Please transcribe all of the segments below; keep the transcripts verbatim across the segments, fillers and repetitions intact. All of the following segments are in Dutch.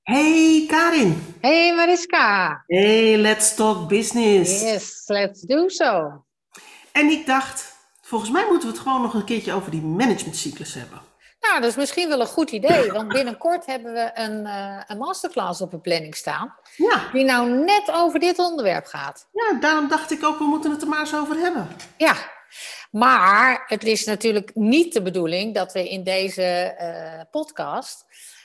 Hey Karin, Hey Mariska. hey, let's talk business. Yes, let's do so. En ik dacht, volgens mij moeten we het gewoon nog een keertje over die managementcyclus hebben. Nou, dat is misschien wel een goed idee, want binnenkort hebben we een, uh, een masterclass op de planning staan, Ja, die nou net over dit onderwerp gaat. ja, daarom dacht ik ook, we moeten het er maar eens over hebben. Ja, maar het is natuurlijk niet de bedoeling dat we in deze uh, podcast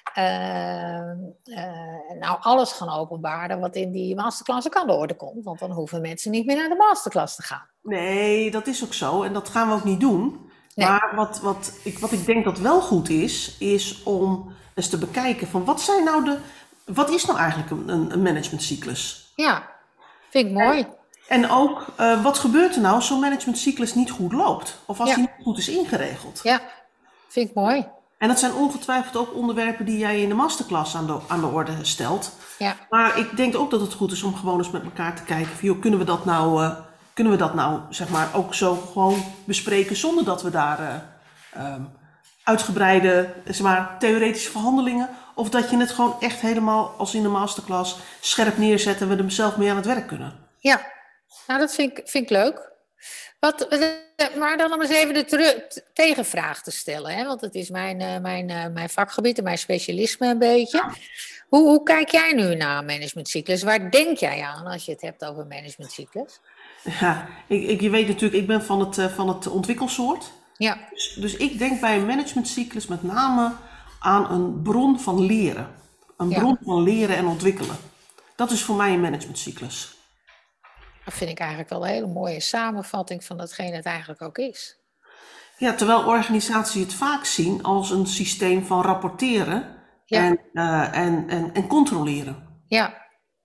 uh, uh, nou alles gaan openbaren wat in die masterclass ook aan de orde komt, want dan hoeven mensen niet meer naar de masterclass te gaan. Nee, dat is ook zo en dat gaan we ook niet doen. Nee, Maar wat, wat, ik, wat ik denk dat wel goed is, is om eens te bekijken van wat zijn nou de, wat is nou eigenlijk een, een een managementcyclus? ja, vind ik mooi. En ook, uh, wat gebeurt er nou als zo'n managementcyclus niet goed loopt? Of als die Ja, niet goed is ingeregeld? ja, vind ik mooi. En dat zijn ongetwijfeld ook onderwerpen die jij in de masterclass aan de, aan de orde stelt. Ja. Maar ik denk ook dat het goed is om gewoon eens met elkaar te kijken van, joh, kunnen we dat nou, uh, kunnen we dat nou zeg maar, ook zo gewoon bespreken zonder dat we daar uh, um, uitgebreide zeg maar, theoretische verhandelingen, of dat je het gewoon echt helemaal als in de masterclass scherp neerzet en we er zelf mee aan het werk kunnen. Ja, nou dat vind ik, vind ik leuk. Wat, maar dan om eens even de teru- tegenvraag te stellen, hè? Want het is mijn, uh, mijn, uh, mijn vakgebied en mijn specialisme een beetje. Hoe, hoe kijk jij nu naar managementcyclus? Waar denk jij aan als je het hebt over managementcyclus? Ja, ik, ik, je weet natuurlijk, ik ben van het, uh, van het ontwikkelsoort. Ja, Dus, dus ik denk bij een managementcyclus met name aan een bron van leren. Een ja, bron van leren en ontwikkelen. Dat is voor mij een managementcyclus. dat vind ik eigenlijk wel een hele mooie samenvatting van datgene het eigenlijk ook is. Ja, terwijl organisaties het vaak zien als een systeem van rapporteren Ja, en, uh, en, en, en controleren. ja.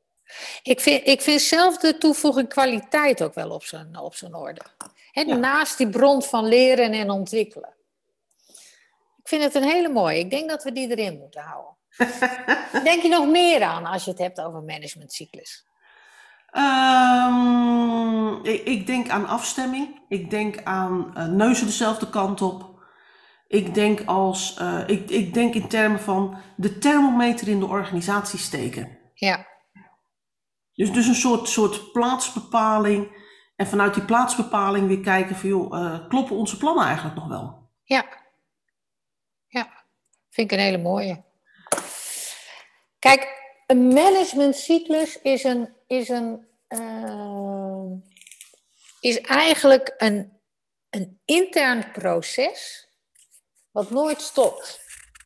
Ik vind, ik vind zelf de toevoeging kwaliteit ook wel op zijn, op zijn orde. He, Ja. naast die bron van leren en ontwikkelen. Ik vind het een hele mooie. Ik denk dat we die erin moeten houden. Denk je nog meer aan als je het hebt over managementcyclus? Um, ik, ik denk aan afstemming. Ik denk aan uh, neuzen dezelfde kant op. Ik denk, als, uh, ik, ik denk in termen van de thermometer in de organisatie steken. Ja, Dus, dus een soort, soort plaatsbepaling. En vanuit die plaatsbepaling weer kijken van, joh, uh, kloppen onze plannen eigenlijk nog wel? ja, ja. Vind ik een hele mooie. Kijk, een managementcyclus is een, is een, uh, is eigenlijk een, een intern proces wat nooit stopt.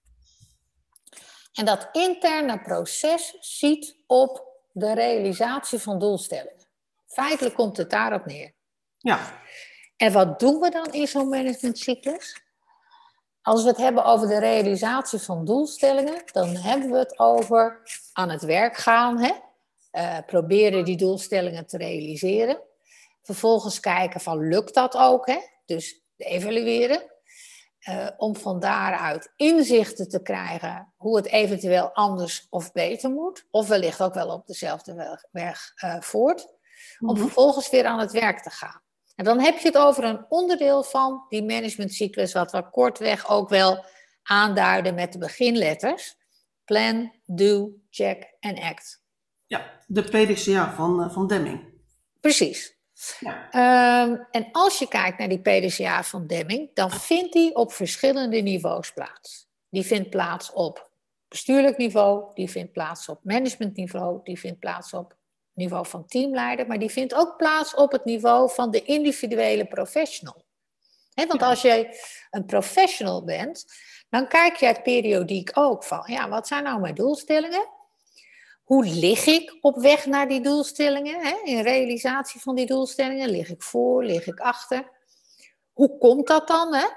En dat interne proces ziet op de realisatie van doelstellingen. Feitelijk komt het daarop neer. Ja. En wat doen we dan in zo'n managementcyclus? Als we het hebben over de realisatie van doelstellingen, dan hebben we het over aan het werk gaan, hè? Uh, proberen die doelstellingen te realiseren. Vervolgens kijken van lukt dat ook, hè? Dus evalueren. Uh, om van daaruit inzichten te krijgen hoe het eventueel anders of beter moet. Of wellicht ook wel op dezelfde weg, weg uh, voort. Om Mm-hmm. vervolgens weer aan het werk te gaan. En dan heb je het over een onderdeel van die managementcyclus, wat we kortweg ook wel aanduiden met de beginletters. Plan, do, check en act. Ja, de P D C A van, uh, van Deming. Precies. Ja. Um, en als je kijkt naar die P D C A van Deming, dan vindt die op verschillende niveaus plaats. Die vindt plaats op bestuurlijk niveau, die vindt plaats op managementniveau, die vindt plaats op niveau van teamleider, maar die vindt ook plaats op het niveau van de individuele professional. He, want Ja. als jij een professional bent, dan kijk jij periodiek ook van, ja, wat zijn nou mijn doelstellingen? Hoe lig ik op weg naar die doelstellingen? Hè? In realisatie van die doelstellingen, lig ik voor, lig ik achter? Hoe komt dat dan? Hè?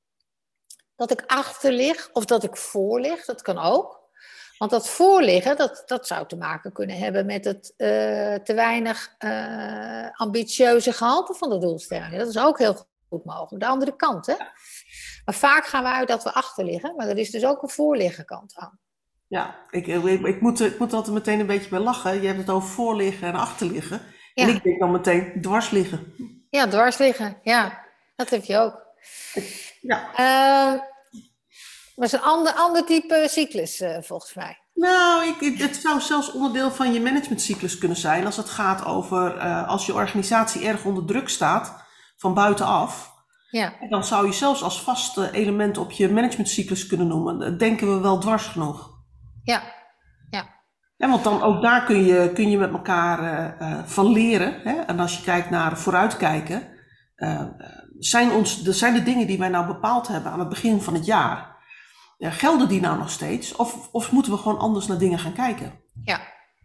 Dat ik achter lig of dat ik voor lig, dat kan ook. Want dat voorliggen, dat, dat zou te maken kunnen hebben met het uh, te weinig uh, ambitieuze gehalte van de doelstellingen. Dat is ook heel goed mogelijk. De andere kant, hè? Maar vaak gaan we uit dat we achter liggen, maar er is dus ook een voorliggen kant aan. Ja, ik, ik, ik, moet, ik moet altijd meteen een beetje bij lachen. Je hebt het over voorliggen en achterliggen. Ja. En ik denk dan meteen dwars liggen. Ja, dwars liggen. Ja, dat heb je ook. Ja. Uh, maar het is een ander, ander type cyclus, uh, volgens mij. Nou, ik, ik- het zou zelfs onderdeel van je managementcyclus kunnen zijn als het gaat over uh, als je organisatie erg onder druk staat van buitenaf. Ja, Dan zou je zelfs als vast element op je managementcyclus kunnen noemen. Dat denken we wel dwars genoeg. ja, ja, Ja, want dan ook daar kun je, kun je met elkaar uh, uh, van leren. Hè? En als je kijkt naar vooruitkijken, uh, zijn, ons, de, zijn de dingen die wij nou bepaald hebben aan het begin van het jaar, ja, gelden die nou nog steeds? Of, of moeten we gewoon anders naar dingen gaan kijken? ja.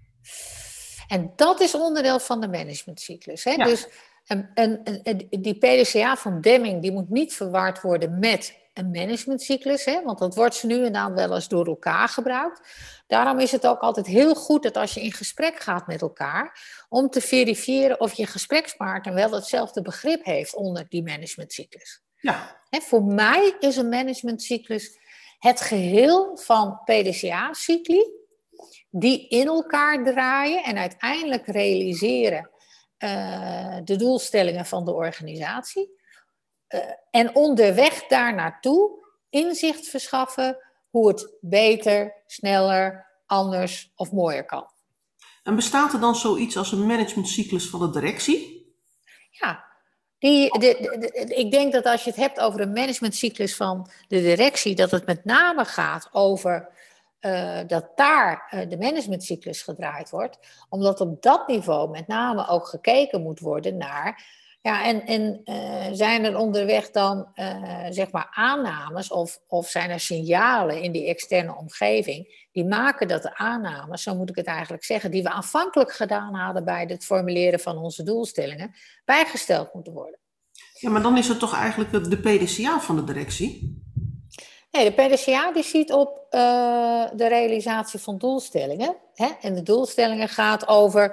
En dat is onderdeel van de managementcyclus. Hè? Ja. Dus een, een, een, die P D C A van Deming die moet niet verward worden met een managementcyclus. Hè? Want dat wordt ze nu en dan wel eens door elkaar gebruikt. Daarom is het ook altijd heel goed dat als je in gesprek gaat met elkaar, om te verifiëren of je gesprekspartner wel hetzelfde begrip heeft onder die managementcyclus. Ja. Hè, voor mij is een managementcyclus het geheel van P D C A-cycli die in elkaar draaien en uiteindelijk realiseren uh, de doelstellingen van de organisatie. Uh, en onderweg daar naartoe inzicht verschaffen hoe het beter, sneller, anders of mooier kan. En bestaat er dan zoiets als een managementcyclus van de directie? Ja, die, de, de, de, ik denk dat als je het hebt over een managementcyclus van de directie, dat het met name gaat over Uh, dat daar uh, de managementcyclus gedraaid wordt. Omdat op dat niveau met name ook gekeken moet worden naar, ja, en, en uh, zijn er onderweg dan uh, zeg maar aannames of, of zijn er signalen in die externe omgeving die maken dat de aannames, zo moet ik het eigenlijk zeggen, die we aanvankelijk gedaan hadden bij het formuleren van onze doelstellingen, bijgesteld moeten worden. Ja, maar dan is het toch eigenlijk de P D C A van de directie? Nee, de P D C A die ziet op uh, de realisatie van doelstellingen. Hè? En de doelstellingen gaat over,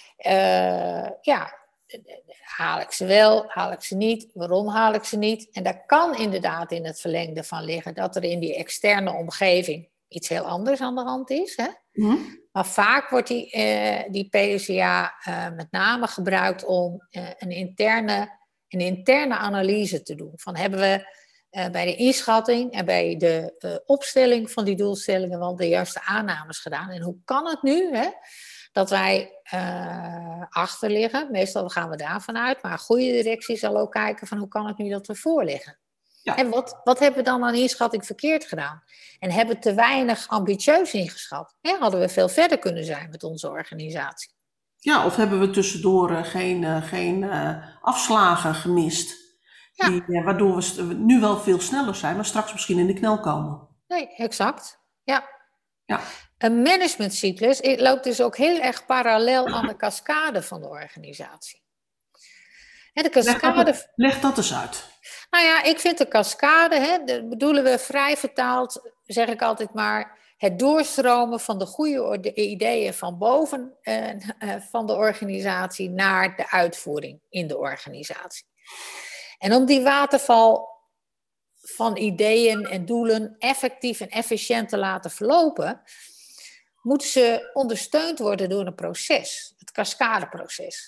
uh, ja, haal ik ze wel, haal ik ze niet, waarom haal ik ze niet? En daar kan inderdaad in het verlengde van liggen dat er in die externe omgeving iets heel anders aan de hand is. Hè? Mm-hmm. Maar vaak wordt die, uh, die P D C A uh, met name gebruikt om uh, een, interne, een interne analyse te doen. Van hebben we Uh, bij de inschatting en bij de uh, opstelling van die doelstellingen wel de juiste aannames gedaan. En hoe kan het nu hè, dat wij uh, achter liggen? Meestal gaan we daarvan uit, maar een goede directie zal ook kijken van hoe kan het nu dat we voor liggen? Ja. En wat, wat hebben we dan aan inschatting verkeerd gedaan? En hebben we te weinig ambitieus ingeschat? Hè, hadden we veel verder kunnen zijn met onze organisatie? Ja, of hebben we tussendoor uh, geen, uh, geen uh, afslagen gemist? Ja. Die, ja, waardoor we nu wel veel sneller zijn, maar straks misschien in de knel komen. Nee, exact. Ja. Ja. Een managementcyclus loopt dus ook heel erg parallel aan de cascade van de organisatie. En de cascade... leg, dat, leg dat eens uit. Nou ja, ik vind de cascade, hè, dat bedoelen we vrij vertaald, zeg ik altijd maar, het doorstromen van de goede ideeën van boven uh, uh, van de organisatie naar de uitvoering in de organisatie. En om die waterval van ideeën en doelen effectief en efficiënt te laten verlopen, moeten ze ondersteund worden door een proces, het cascadeproces.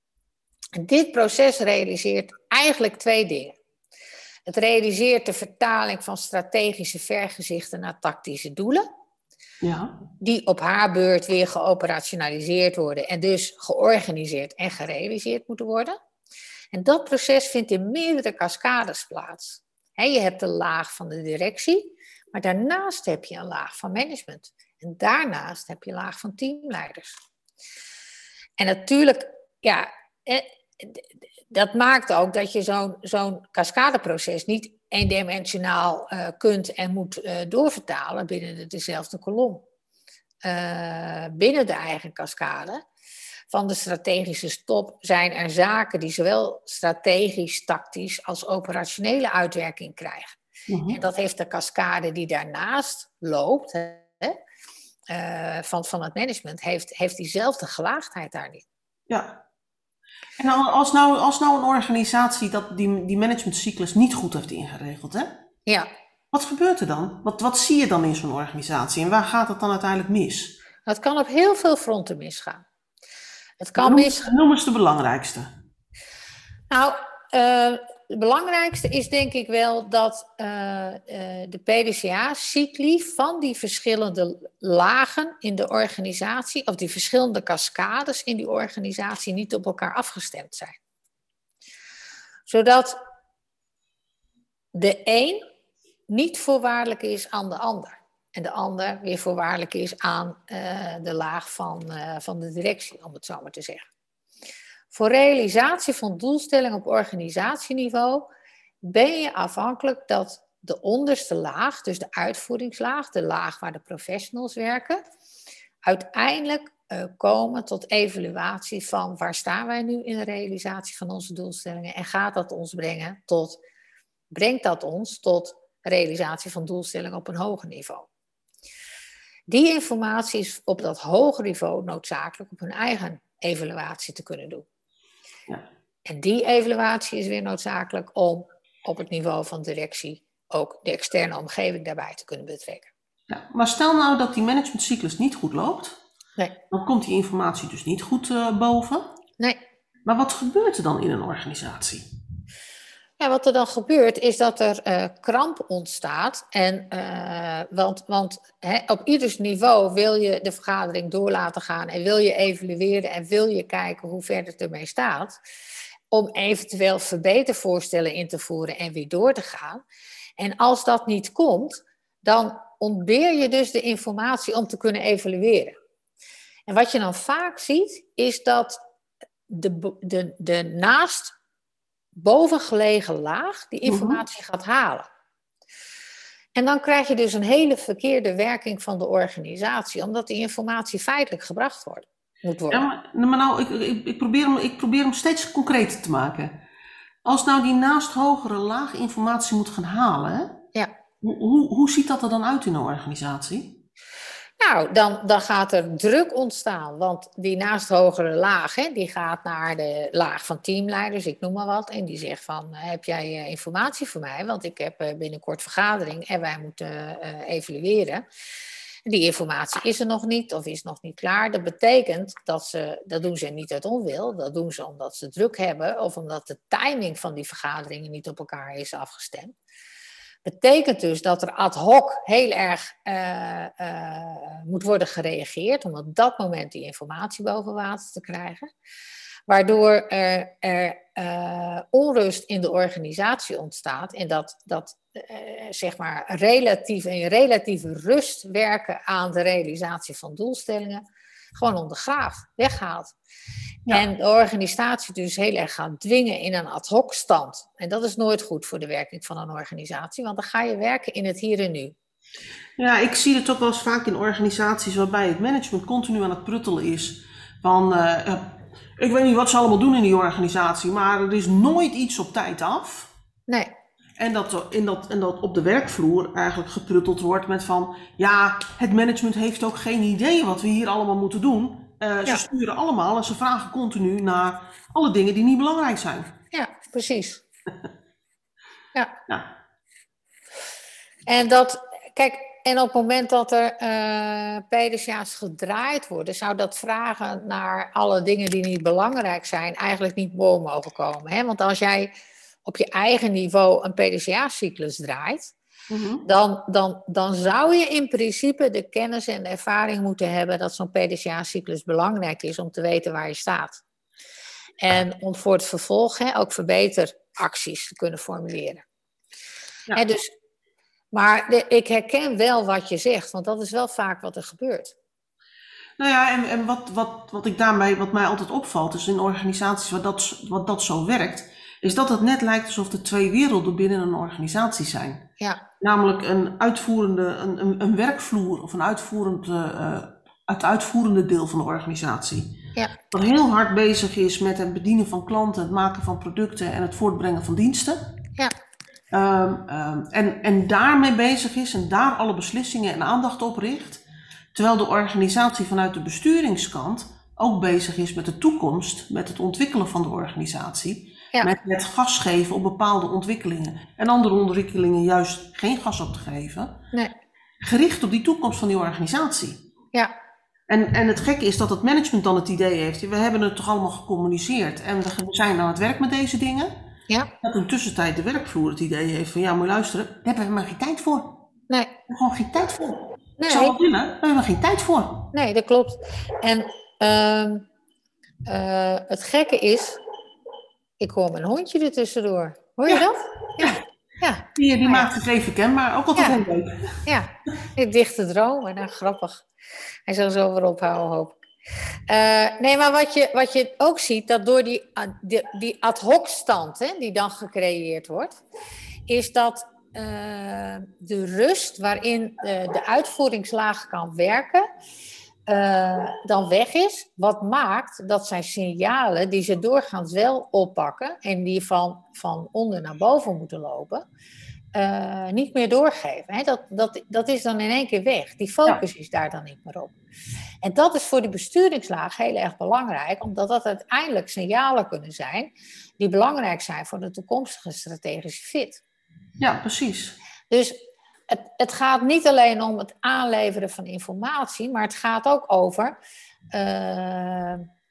En dit proces realiseert eigenlijk twee dingen. Het realiseert de vertaling van strategische vergezichten naar tactische doelen, ja. die op haar beurt weer geoperationaliseerd worden en dus georganiseerd en gerealiseerd moeten worden. En dat proces vindt in meerdere cascades plaats. He, je hebt de laag van de directie, maar daarnaast heb je een laag van management. En daarnaast heb je een laag van teamleiders. En natuurlijk, ja, dat maakt ook dat je zo'n, zo'n cascadeproces niet eendimensionaal uh, kunt en moet uh, doorvertalen binnen dezelfde kolom. Uh, binnen de eigen cascade van de strategische stop zijn er zaken die zowel strategisch, tactisch als operationele uitwerking krijgen. Mm-hmm. En dat heeft de cascade die daarnaast loopt, hè, uh, van, van het management, heeft, heeft diezelfde gelaagdheid daarin. Ja. En als nou, als nou een organisatie dat die, die managementcyclus niet goed heeft ingeregeld, hè? Ja. Wat gebeurt er dan? Wat, wat zie je dan in zo'n organisatie en waar gaat het dan uiteindelijk mis? Het kan op heel veel fronten misgaan. Het kan noem, mis... noem eens de belangrijkste. Nou, uh, het belangrijkste is denk ik wel dat uh, uh, de P D C A-cycli van die verschillende lagen in de organisatie, of die verschillende cascades in die organisatie, niet op elkaar afgestemd zijn. Zodat de een niet voorwaardelijk is aan de ander. En de ander weer voorwaardelijk is aan uh, de laag van, uh, van de directie, om het zo maar te zeggen. Voor realisatie van doelstellingen op organisatieniveau ben je afhankelijk dat de onderste laag, dus de uitvoeringslaag, de laag waar de professionals werken, uiteindelijk uh, komen tot evaluatie van waar staan wij nu in de realisatie van onze doelstellingen en gaat dat ons brengen tot, brengt dat ons tot realisatie van doelstellingen op een hoger niveau. Die informatie is op dat hoger niveau noodzakelijk om hun eigen evaluatie te kunnen doen. Ja. En die evaluatie is weer noodzakelijk om op het niveau van directie ook de externe omgeving daarbij te kunnen betrekken. Ja, maar stel nou dat die managementcyclus niet goed loopt, nee. Dan komt die informatie dus niet goed uh, boven. Nee. Maar wat gebeurt er dan in een organisatie? Ja, wat er dan gebeurt is dat er uh, kramp ontstaat. En, uh, want want hè, op ieders niveau wil je de vergadering door laten gaan en wil je evalueren en wil je kijken hoe ver het ermee staat. Om eventueel verbetervoorstellen in te voeren en weer door te gaan. En als dat niet komt, dan ontbeer je dus de informatie om te kunnen evalueren. En wat je dan vaak ziet, is dat de, de, de naast bovengelegen laag die informatie gaat halen. En dan krijg je dus een hele verkeerde werking van de organisatie, omdat die informatie feitelijk gebracht wordt, moet worden. Ja, maar, maar nou, ik, ik, ik, probeer hem, ik probeer hem steeds concreter te maken. Als nou die naast hogere laag informatie moet gaan halen, ja. hoe, hoe, hoe ziet dat er dan uit in een organisatie? Nou, dan, dan gaat er druk ontstaan, want die naast hogere laag, hè, die gaat naar de laag van teamleiders, ik noem maar wat, en die zegt van, heb jij uh, informatie voor mij, want ik heb uh, binnenkort vergadering en wij moeten uh, evalueren. Die informatie is er nog niet of is nog niet klaar. Dat betekent dat ze, dat doen ze niet uit onwil, dat doen ze omdat ze druk hebben of omdat de timing van die vergaderingen niet op elkaar is afgestemd. Betekent dus dat er ad hoc heel erg uh, uh, moet worden gereageerd om op dat moment die informatie boven water te krijgen. Waardoor er, er uh, onrust in de organisatie ontstaat en dat, dat uh, zeg maar relatief, in relatieve rust werken aan de realisatie van doelstellingen gewoon ondergraaft, weghaalt. Ja. En de organisatie dus heel erg gaat dwingen in een ad hoc stand. En dat is nooit goed voor de werking van een organisatie, want dan ga je werken in het hier en nu. Ja, ik zie het ook wel eens vaak in organisaties waarbij het management continu aan het pruttelen is. Van, uh, uh, ik weet niet wat ze allemaal doen in die organisatie, maar er is nooit iets op tijd af. Nee. En dat, in dat, en dat op de werkvloer eigenlijk geprutteld wordt met van, ja, het management heeft ook geen idee wat we hier allemaal moeten doen. Uh, ja. Ze sturen allemaal en ze vragen continu naar alle dingen die niet belangrijk zijn. Ja, precies. ja. ja. En dat, kijk, en op het moment dat er uh, P D C A's gedraaid worden, zou dat vragen naar alle dingen die niet belangrijk zijn, eigenlijk niet voor mogen komen. Hè? Want als jij op je eigen niveau een P D C A-cyclus draait, mm-hmm. dan, dan, dan zou je in principe de kennis en de ervaring moeten hebben dat zo'n P D C A-cyclus belangrijk is om te weten waar je staat. En om voor het vervolg hè, ook verbeteracties te kunnen formuleren. Ja. Hè, dus, maar de, ik herken wel wat je zegt, want dat is wel vaak wat er gebeurt. Nou ja, en, en wat, wat, wat ik daarmee, wat mij altijd opvalt, is in organisaties waar dat, wat dat zo werkt, is dat het net lijkt alsof er twee werelden binnen een organisatie zijn. Ja. Namelijk een uitvoerende, een, een, een werkvloer of een uitvoerend, uh, het uitvoerende deel van de organisatie. Ja. Dat heel hard bezig is met het bedienen van klanten, het maken van producten en het voortbrengen van diensten. Ja. Um, um, en, en daarmee bezig is en daar alle beslissingen en aandacht op richt. Terwijl de organisatie vanuit de besturingskant ook bezig is met de toekomst, met het ontwikkelen van de organisatie. Ja. Met het gas geven op bepaalde ontwikkelingen. En andere ontwikkelingen juist geen gas op te geven. Nee. Gericht op die toekomst van die organisatie. Ja. En, en het gekke is dat het management dan het idee heeft. We hebben het toch allemaal gecommuniceerd. En we zijn aan het werk met deze dingen. Ja, Dat in tussentijd de werkvloer het idee heeft van, ja, moet je luisteren, daar hebben we maar geen tijd voor. nee, We hebben gewoon geen tijd voor. Ik zou wel nee, willen, maar we hebben er geen tijd voor. nee, dat klopt. En ehm, eh, het gekke is, ik hoor mijn hondje er tussendoor. Hoor je Ja, dat? Ja, ja, die, die nou maakt ja, het even kenbaar. Ook altijd heel ja, leuk. ja. Ik dichte dromen, nou grappig. Hij zal zo weer ophouden, hoop ik. Uh, nee, maar wat je, wat je ook ziet, dat door die, die, die ad hoc stand hè, die dan gecreëerd wordt, is dat uh, de rust waarin uh, de uitvoeringslaag kan werken, uh, dan weg is. Wat maakt dat zijn signalen die ze doorgaans wel oppakken en die van, van onder naar boven moeten lopen, uh, niet meer doorgeven. Hè? Dat, dat, dat is dan in één keer weg. Die focus Ja. is daar dan niet meer op. En dat is voor die besturingslaag heel erg belangrijk, omdat dat uiteindelijk signalen kunnen zijn die belangrijk zijn voor de toekomstige strategische fit. Ja, precies. Dus het, het gaat niet alleen om het aanleveren van informatie, maar het gaat ook over uh,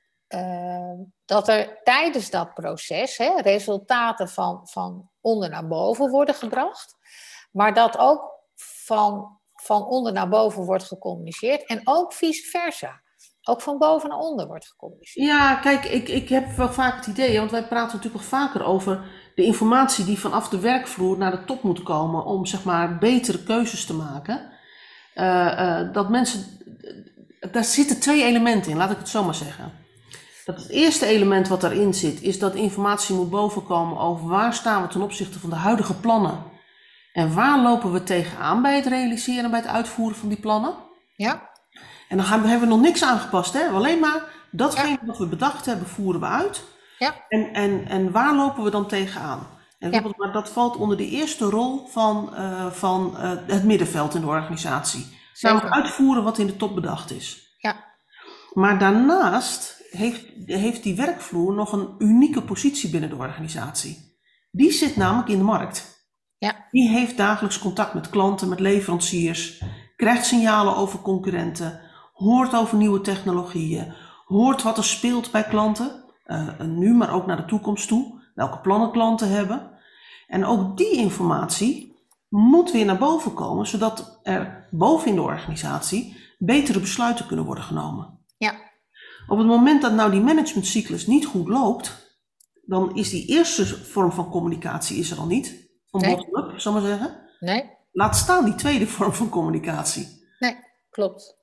uh, dat er tijdens dat proces hè, resultaten van, van onder naar boven worden gebracht, maar dat ook van van onder naar boven wordt gecommuniceerd en ook vice versa. Ook van boven naar onder wordt gecommuniceerd. Ja, kijk, ik, ik heb wel vaak het idee, want wij praten natuurlijk nog vaker over de informatie die vanaf de werkvloer naar de top moet komen om zeg maar betere keuzes te maken. Uh, uh, dat mensen, daar zitten twee elementen in, laat ik het zo maar zeggen. Dat het eerste element wat daarin zit, is dat informatie moet bovenkomen over waar staan we ten opzichte van de huidige plannen. En waar lopen we tegenaan bij het realiseren en bij het uitvoeren van die plannen? Ja. En dan gaan we, hebben we nog niks aangepast. Hè? Alleen maar datgene ja. wat we bedacht hebben, voeren we uit. Ja. En, en, en waar lopen we dan tegenaan? En ja. Maar dat valt onder de eerste rol van, uh, van uh, het middenveld in de organisatie. Namelijk uitvoeren wat in de top bedacht is. Ja. Maar daarnaast heeft, heeft die werkvloer nog een unieke positie binnen de organisatie. Die zit namelijk in de markt. Ja. Die heeft dagelijks contact met klanten, met leveranciers, krijgt signalen over concurrenten, hoort over nieuwe technologieën, hoort wat er speelt bij klanten, uh, nu maar ook naar de toekomst toe, welke plannen klanten hebben. En ook die informatie moet weer naar boven komen, zodat er boven in de organisatie betere besluiten kunnen worden genomen. Ja. Op het moment dat nou die managementcyclus niet goed loopt, dan is die eerste vorm van communicatie is er al niet. Van nee. bottom-up, zal ik maar zeggen. Nee. Laat staan die tweede vorm van communicatie. Nee, klopt.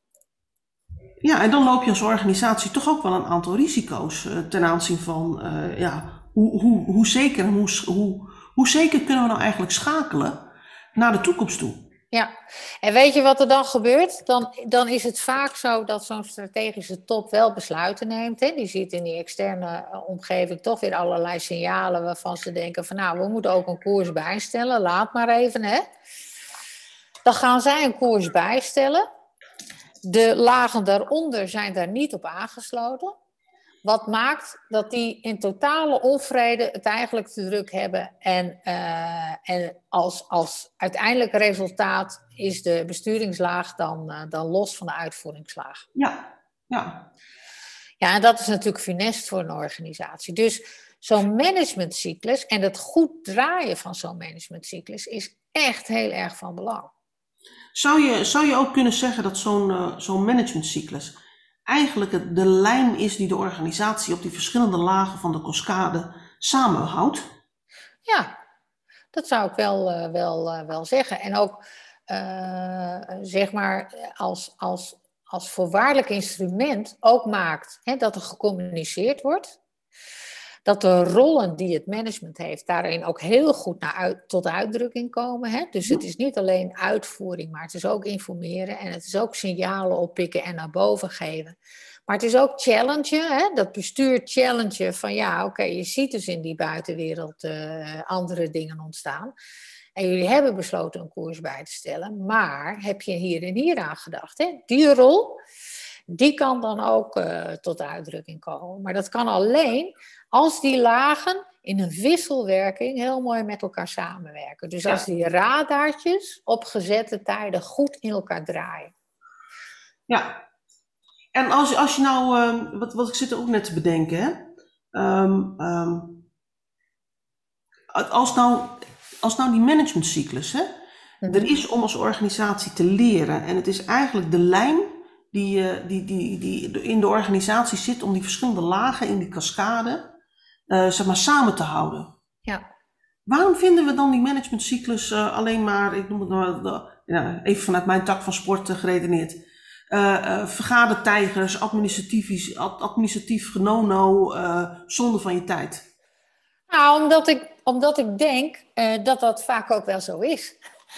Ja, en dan loop je als organisatie toch ook wel een aantal risico's uh, ten aanzien van uh, ja, hoe, hoe, hoe, zeker, hoe, hoe, hoe zeker kunnen we nou eigenlijk schakelen naar de toekomst toe. Ja, en weet je wat er dan gebeurt? Dan, dan is het vaak zo dat zo'n strategische top wel besluiten neemt. Hè? Die ziet in die externe omgeving toch weer allerlei signalen waarvan ze denken van nou, we moeten ook een koers bijstellen, laat maar even. Hè? Dan gaan zij een koers bijstellen. De lagen daaronder zijn daar niet op aangesloten. Wat maakt dat die in totale onvrede het eigenlijk te druk hebben. En, uh, en als, als uiteindelijk resultaat is de besturingslaag dan, uh, dan los van de uitvoeringslaag. Ja, ja. Ja, en dat is natuurlijk funest voor een organisatie. Dus zo'n managementcyclus en het goed draaien van zo'n managementcyclus is echt heel erg van belang. Zou je, zou je ook kunnen zeggen dat zo'n uh, zo'n managementcyclus eigenlijk de lijn is die de organisatie op die verschillende lagen van de cascade samenhoudt? Ja, dat zou ik wel, uh, wel, uh, wel zeggen. En ook, uh, zeg maar, als, als, als voorwaardelijk instrument ook maakt hè, dat er gecommuniceerd wordt. Dat de rollen die het management heeft daarin ook heel goed naar uit, tot uitdrukking komen. Hè? Dus het is niet alleen uitvoering, maar het is ook informeren. En het is ook signalen oppikken en naar boven geven. Maar het is ook challengen. Hè? Dat bestuur challengen van ja, oké, okay, je ziet dus in die buitenwereld uh, andere dingen ontstaan. En jullie hebben besloten een koers bij te stellen. Maar heb je hier en hier aan gedacht? Hè? Die rol, die kan dan ook uh, tot uitdrukking komen. Maar dat kan alleen als die lagen in een wisselwerking heel mooi met elkaar samenwerken. Dus als die radartjes op gezette tijden goed in elkaar draaien. Ja, en als, als je nou, uh, wat, wat ik zit er ook net te bedenken, hè? Um, um, als nou, als nou die managementcyclus, hè, Mhm. er is om als organisatie te leren en het is eigenlijk de lijn die, eh, die, die, die in de organisatie zit om die verschillende lagen in die cascade uh, zeg maar, samen te houden. Ja. Waarom vinden we dan die managementcyclus uh, alleen maar, ik noem het nou, uh, ja, even vanuit mijn tak van sport uh, geredeneerd, uh, uh, vergadertijgers, administratief, administratief genono, uh, zonde van je tijd? Nou, omdat ik, omdat ik denk uh, dat dat vaak ook wel zo is.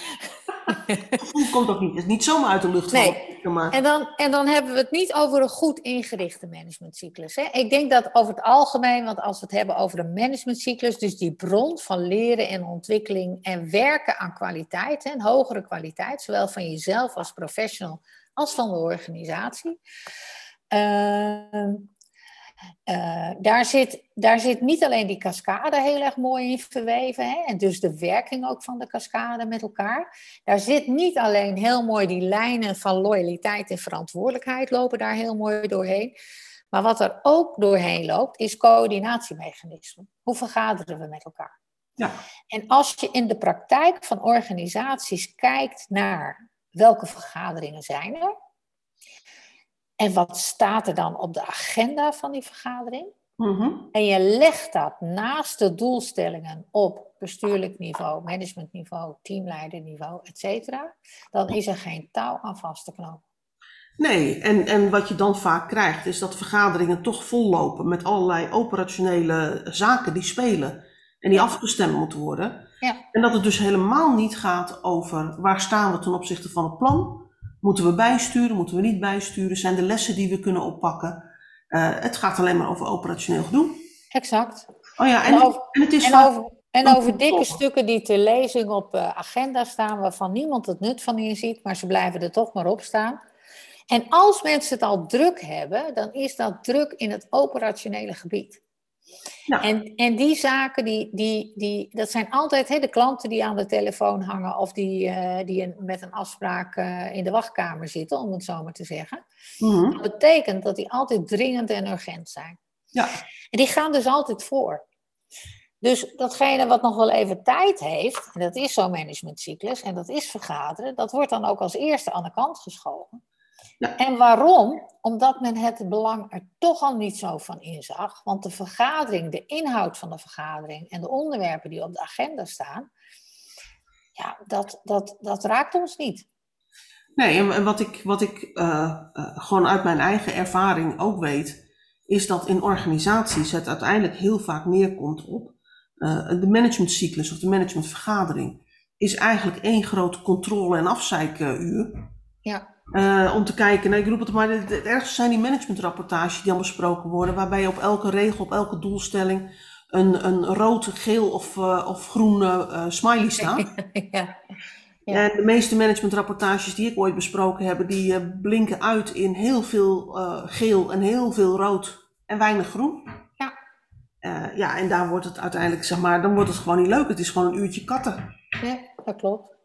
Het gevoel komt ook niet, het is niet zomaar uit de lucht vallen. Nee, maar. en, dan, en dan hebben we het niet over een goed ingerichte managementcyclus. Hè? Ik denk dat over het algemeen, want als we het hebben over een managementcyclus, dus die bron van leren en ontwikkeling en werken aan kwaliteit, hè, een hogere kwaliteit, zowel van jezelf als professional als van de organisatie. Uh, Uh, daar, zit, daar zit niet alleen die cascade heel erg mooi in verweven, hè? En dus de werking ook van de cascade met elkaar. Daar zit niet alleen heel mooi die lijnen van loyaliteit en verantwoordelijkheid lopen daar heel mooi doorheen. Maar wat er ook doorheen loopt is coördinatiemechanismen. Hoe vergaderen we met elkaar? Ja. En als je in de praktijk van organisaties kijkt naar welke vergaderingen zijn er, en wat staat er dan op de agenda van die vergadering? Mm-hmm. En je legt dat naast de doelstellingen op bestuurlijk niveau, managementniveau, teamleiderniveau, et cetera. Dan is er geen touw aan vast te knopen. Nee, en, en wat je dan vaak krijgt is dat vergaderingen toch vollopen met allerlei operationele zaken die spelen en die ja. afgestemd moeten worden. Ja. En dat het dus helemaal niet gaat over waar staan we ten opzichte van het plan. Moeten we bijsturen, moeten we niet bijsturen? Zijn de lessen die we kunnen oppakken? Uh, het gaat alleen maar over operationeel gedoe. Exact. Oh ja, en, en, over, en het is en, vaak over, en over dikke stukken die ter lezing op uh, agenda staan, waarvan niemand het nut van inziet, maar ze blijven er toch maar op staan. En als mensen het al druk hebben, dan is dat druk in het operationele gebied. Ja. En, en die zaken, die, die, die, dat zijn altijd he, de klanten die aan de telefoon hangen of die, uh, die met een afspraak uh, in de wachtkamer zitten, om het zo maar te zeggen. Mm-hmm. Dat betekent dat die altijd dringend en urgent zijn. Ja. En die gaan dus altijd voor. Dus datgene wat nog wel even tijd heeft, en dat is zo'n managementcyclus en dat is vergaderen, dat wordt dan ook als eerste aan de kant geschoven. Ja. En waarom? Omdat men het belang er toch al niet zo van inzag. Want de vergadering, de inhoud van de vergadering en de onderwerpen die op de agenda staan, ja, dat, dat, dat raakt ons niet. Nee, en wat ik, wat ik uh, uh, gewoon uit mijn eigen ervaring ook weet, is dat in organisaties het uiteindelijk heel vaak neerkomt op uh, de managementcyclus of de managementvergadering. Is eigenlijk één groot controle- en afzeikuur. Ja. Uh, om te kijken, nou, ik roep het maar, het, het ergste zijn die managementrapportages die dan besproken worden, waarbij je op elke regel, op elke doelstelling een, een rood, geel of, uh, of groen uh, smiley staat. Ja. Ja. En de meeste managementrapportages die ik ooit besproken heb, die uh, blinken uit in heel veel uh, geel en heel veel rood en weinig groen. Ja. Uh, ja, en daar wordt het uiteindelijk, zeg maar, dan wordt het gewoon niet leuk. Het is gewoon een uurtje katten. Ja, dat klopt.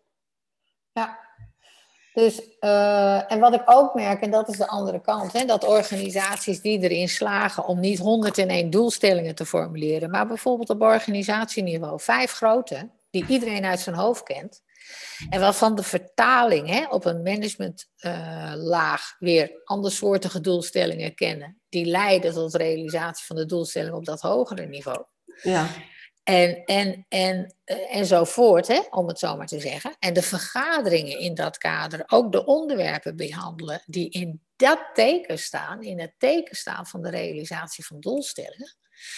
Ja. Dus, uh, en wat ik ook merk, en dat is de andere kant, hè, dat organisaties die erin slagen om niet honderdéén doelstellingen te formuleren, maar bijvoorbeeld op organisatieniveau vijf grote, die iedereen uit zijn hoofd kent, en waarvan de vertaling hè, op een managementlaag uh, weer andersoortige doelstellingen kennen, die leiden tot realisatie van de doelstelling op dat hogere niveau. Ja. En, en, en, enzovoort, hè, om het zo maar te zeggen. En de vergaderingen in dat kader ook de onderwerpen behandelen die in dat teken staan, in het teken staan van de realisatie van doelstellingen.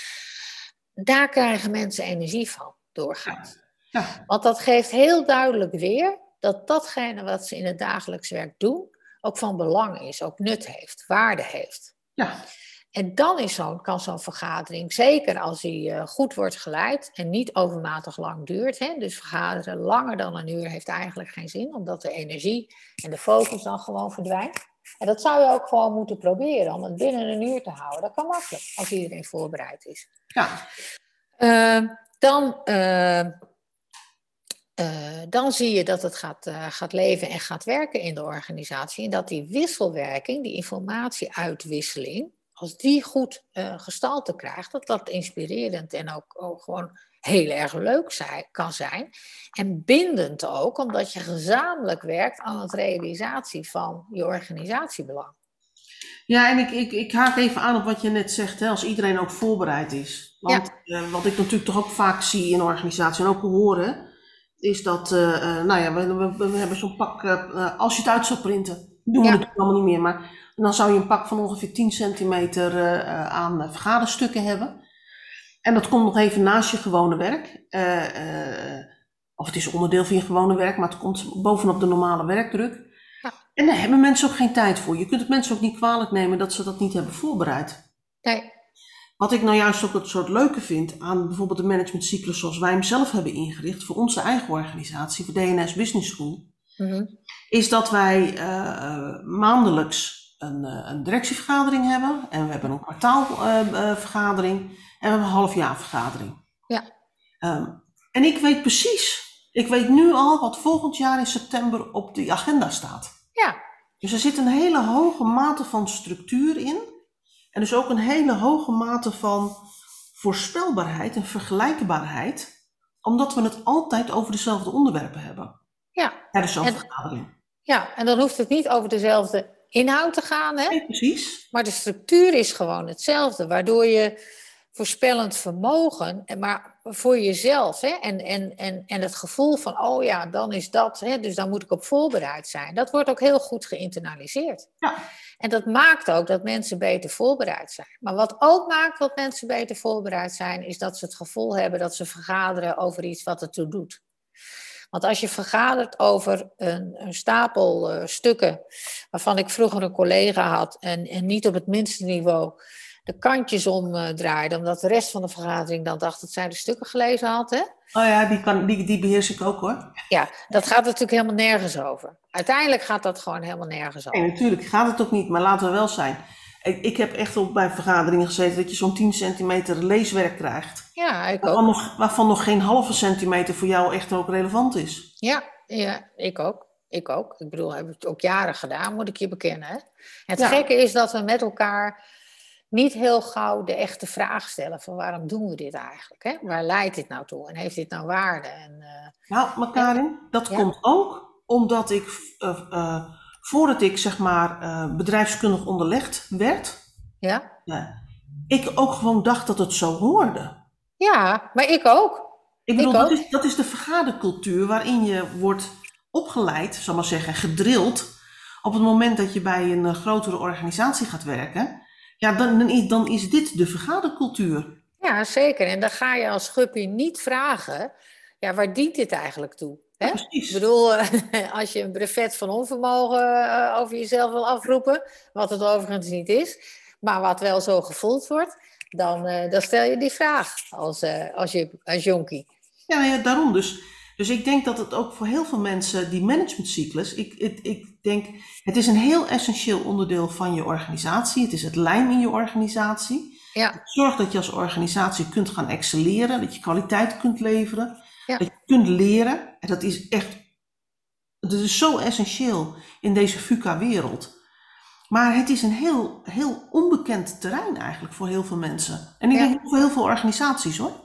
Daar krijgen mensen energie van, doorgaans. Ja. Ja. Want dat geeft heel duidelijk weer dat datgene wat ze in het dagelijks werk doen, ook van belang is, ook nut heeft, waarde heeft. Ja. En dan is zo'n, kan zo'n vergadering, zeker als die uh, goed wordt geleid en niet overmatig lang duurt. Hè, dus vergaderen langer dan een uur heeft eigenlijk geen zin, omdat de energie en de focus dan gewoon verdwijnt. En dat zou je ook gewoon moeten proberen, om het binnen een uur te houden. Dat kan makkelijk, als iedereen voorbereid is. Ja. Uh, dan, uh, uh, dan zie je dat het gaat, uh, gaat leven en gaat werken in de organisatie. En dat die wisselwerking, die informatieuitwisseling, als die goed uh, gestalte krijgt, dat dat inspirerend en ook, ook gewoon heel erg leuk zijn, kan zijn. En bindend ook, omdat je gezamenlijk werkt aan het realisatie van je organisatiebelang. Ja, en ik, ik, ik haak even aan op wat je net zegt, hè, als iedereen ook voorbereid is. Want Ja, uh, wat ik natuurlijk toch ook vaak zie in organisaties en ook horen, is dat, uh, uh, nou ja, we, we, we hebben zo'n pak, uh, als je het uit zou printen, doen we ja, natuurlijk allemaal niet meer, maar dan zou je een pak van ongeveer tien centimeter uh, uh, aan uh, vergaderstukken hebben. En dat komt nog even naast je gewone werk. Uh, uh, of het is onderdeel van je gewone werk, maar het komt bovenop de normale werkdruk. ja. En daar hebben mensen ook geen tijd voor. Je kunt het mensen ook niet kwalijk nemen dat ze dat niet hebben voorbereid. Nee. Wat ik nou juist ook het soort leuke vind aan bijvoorbeeld de managementcyclus zoals wij hem zelf hebben ingericht voor onze eigen organisatie, voor D N S Business School, Mm-hmm. is dat wij uh, maandelijks een, uh, een directievergadering hebben en we hebben een kwartaalvergadering uh, uh, en we hebben een halfjaarvergadering. Ja. Um, en ik weet precies, ik weet nu al wat volgend jaar in september op de agenda staat. Ja. Dus er zit een hele hoge mate van structuur in. En dus ook een hele hoge mate van voorspelbaarheid en vergelijkbaarheid. Omdat we het altijd over dezelfde onderwerpen hebben. Ja. Tijdens zo'n En, vergadering. ja, en dan hoeft het niet over dezelfde inhoud te gaan, hè? Nee, precies. Maar de structuur is gewoon hetzelfde, waardoor je voorspellend vermogen, maar voor jezelf, hè, en, en, en, en het gevoel van, oh ja, dan is dat, hè, dus dan moet ik op voorbereid zijn. Dat wordt ook heel goed geïnternaliseerd. Ja. En dat maakt ook dat mensen beter voorbereid zijn. Maar wat ook maakt dat mensen beter voorbereid zijn, is dat ze het gevoel hebben dat ze vergaderen over iets wat ertoe doet. Want als je vergadert over een, een stapel uh, stukken, waarvan ik vroeger een collega had en, en niet op het minste niveau de kantjes omdraaide, uh, omdat de rest van de vergadering dan dacht dat zij de stukken gelezen had. Hè? Oh ja, die, kan, die, die beheers ik ook hoor. Ja, dat gaat natuurlijk helemaal nergens over. Uiteindelijk gaat dat gewoon helemaal nergens over. Nee, natuurlijk gaat het ook niet, maar laten we wel zijn. Ik, ik heb echt op bij vergaderingen gezeten dat je zo'n tien centimeter leeswerk krijgt. Ja, ik waarvan ook. Nog, waarvan nog geen halve centimeter voor jou echt ook relevant is. Ja, ja, ik ook. Ik ook. Ik bedoel, heb het ook jaren gedaan, moet ik je bekennen. Hè? Het Ja. gekke is dat we met elkaar niet heel gauw de echte vraag stellen van waarom doen we dit eigenlijk? Hè? Waar leidt dit nou toe? En heeft dit nou waarde? En, uh, nou, maar Karin, dat ja. komt ook omdat ik, uh, uh, voordat ik zeg maar uh, bedrijfskundig onderlegd werd, ja? uh, ik ook gewoon dacht dat het zo hoorde. Ja, maar ik ook. Ik bedoel, ik dat, ook. Is, dat is de vergadercultuur waarin je wordt opgeleid, zal maar zeggen, gedrild. Op het moment dat je bij een uh, grotere organisatie gaat werken, ja, dan, dan, is, dan is dit de vergadercultuur. Ja, zeker. En dan ga je als guppy niet vragen, ja, waar dient dit eigenlijk toe? Hè? Ja, precies. Ik bedoel, als je een brevet van onvermogen over jezelf wil afroepen, wat het overigens niet is, maar wat wel zo gevoeld wordt, dan, uh, dan stel je die vraag als, uh, als, je, als jonkie. Ja, nou ja, daarom dus. Dus ik denk dat het ook voor heel veel mensen, die managementcyclus, ik, ik, ik denk, het is een heel essentieel onderdeel van je organisatie. Het is het lijm in je organisatie. Ja. Zorg dat je als organisatie kunt gaan excelleren, dat je kwaliteit kunt leveren, ja. dat je kunt leren. En dat is echt, dat is zo essentieel in deze VUCA-wereld. Maar het is een heel, heel onbekend terrein eigenlijk voor heel veel mensen. En ik ja. denk voor heel veel organisaties hoor.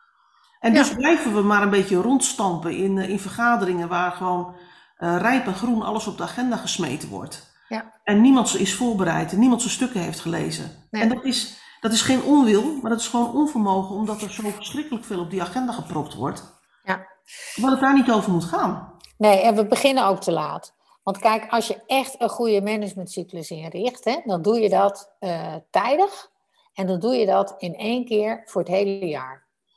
En dus ja. blijven we maar een beetje rondstampen in, in vergaderingen waar gewoon uh, rijp en groen alles op de agenda gesmeten wordt. Ja. En niemand is voorbereid en niemand zijn stukken heeft gelezen. Nee. En dat is, dat is geen onwil, maar dat is gewoon onvermogen omdat er zo verschrikkelijk veel op die agenda gepropt wordt. Ja. Wat het daar niet over moet gaan. Nee, en we beginnen ook te laat. Want kijk, als je echt een goede managementcyclus inricht, hè, dan doe je dat uh, tijdig. En dan doe je dat in één keer voor het hele jaar.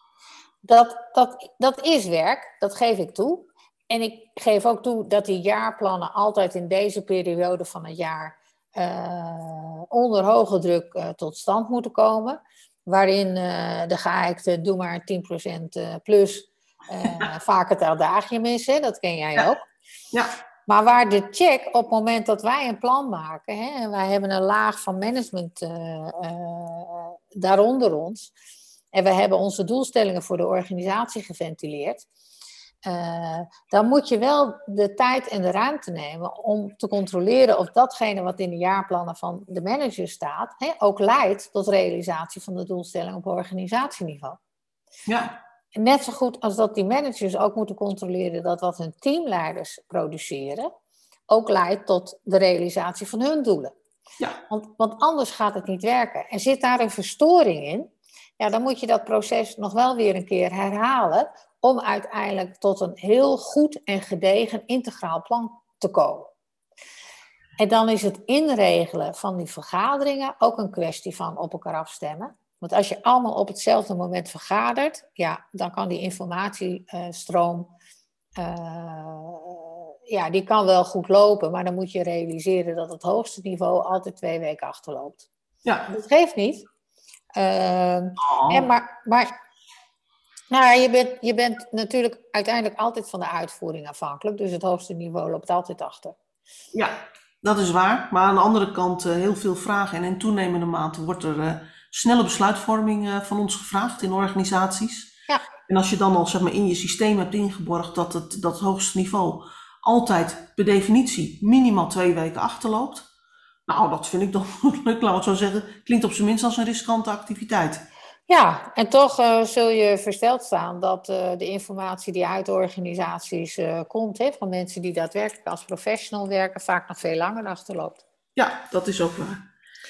Dat, dat, dat is werk, dat geef ik toe. En ik geef ook toe dat die jaarplannen altijd in deze periode van het jaar uh, onder hoge druk uh, tot stand moeten komen. Waarin uh, de geëikte doe maar tien procent plus uh, vaak het adagium is, hè? Dat ken jij ja. ook. Ja. Maar waar de check op het moment dat wij een plan maken, hè, en wij hebben een laag van management uh, uh, daaronder ons, en we hebben onze doelstellingen voor de organisatie geventileerd, uh, dan moet je wel de tijd en de ruimte nemen om te controleren of datgene wat in de jaarplannen van de manager staat, hè, ook leidt tot realisatie van de doelstelling op organisatieniveau. Ja. net zo goed als dat die managers ook moeten controleren dat wat hun teamleiders produceren ook leidt tot de realisatie van hun doelen. Ja. Want, want anders gaat het niet werken. En zit daar een verstoring in, ja, dan moet je dat proces nog wel weer een keer herhalen om uiteindelijk tot een heel goed en gedegen integraal plan te komen. En dan is het inregelen van die vergaderingen ook een kwestie van op elkaar afstemmen. Want als je allemaal op hetzelfde moment vergadert, ja, dan kan die informatiestroom, uh, ja, die kan wel goed lopen, maar dan moet je realiseren dat het hoogste niveau altijd twee weken achterloopt. Ja. Dat geeft niet. Uh, oh. en maar, maar nou, je, bent, je bent natuurlijk uiteindelijk altijd van de uitvoering afhankelijk, dus het hoogste niveau loopt altijd achter. Ja, dat is waar. Maar aan de andere kant uh, heel veel vragen en in toenemende mate wordt er uh, snelle besluitvorming uh, van ons gevraagd in organisaties. Ja. En als je dan al zeg maar, in je systeem hebt ingeborgd dat het, dat het hoogste niveau altijd per definitie minimaal twee weken achterloopt. Nou, dat vind ik dan, ik laat het zo zeggen, klinkt op zijn minst als een riskante activiteit. Ja, en toch uh, zul je versteld staan dat uh, de informatie die uit organisaties uh, komt, hè, van mensen die daadwerkelijk als professional werken, vaak nog veel langer achterloopt. Ja, dat is ook waar.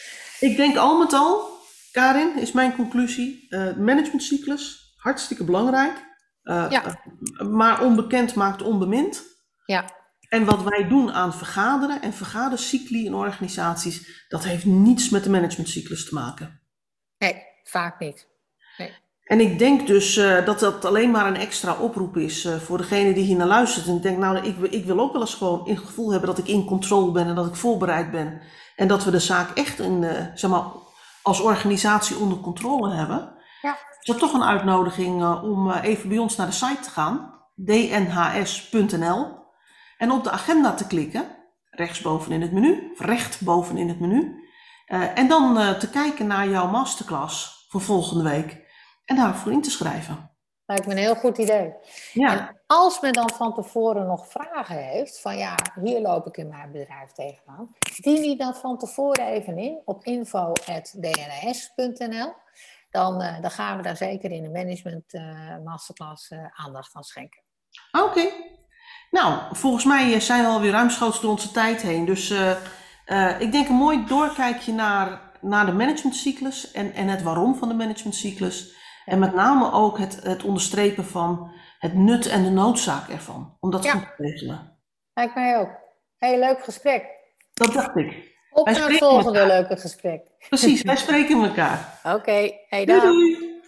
Ik denk al met al, Karin, is mijn conclusie, uh, managementcyclus, hartstikke belangrijk, uh, ja. uh, maar onbekend maakt onbemind. Ja. En wat wij doen aan vergaderen en vergadercycli in organisaties, dat heeft niets met de managementcyclus te maken. Nee. Vaak niet. Nee. En ik denk dus uh, dat dat alleen maar een extra oproep is uh, voor degene die hier naar luistert. En ik denk, nou, ik, ik wil ook wel eens gewoon het gevoel hebben dat ik in controle ben en dat ik voorbereid ben. En dat we de zaak echt in, uh, zeg maar, als organisatie onder controle hebben. Ja. Is dat toch een uitnodiging uh, om uh, even bij ons naar de site te gaan, d n h s punt n l. En op de agenda te klikken, rechtsboven in het menu, of recht boven in het menu. Uh, en dan uh, te kijken naar jouw masterclass voor volgende week en daarvoor in te schrijven. Lijkt me een heel goed idee. Ja. En als men dan van tevoren nog vragen heeft, van ja, hier loop ik in mijn bedrijf tegenaan, dien die dan van tevoren even in op info at d n h s punt n l. Dan, uh, dan gaan we daar zeker in de management uh, masterclass uh, aandacht aan schenken. Oké. Okay. Nou, volgens mij zijn we alweer ruimschoots door onze tijd heen. Dus uh, uh, ik denk een mooi doorkijkje naar, naar de managementcyclus en, en het waarom van de managementcyclus. En met name ook het, het onderstrepen van het nut en de noodzaak ervan. Om dat ja. goed te regelen. Lijkt mij ook. Heel leuk gesprek. Dat dacht ik. Op naar het volgende elkaar. leuke gesprek. Precies, wij spreken elkaar. Oké, okay. Hey, doei, doei.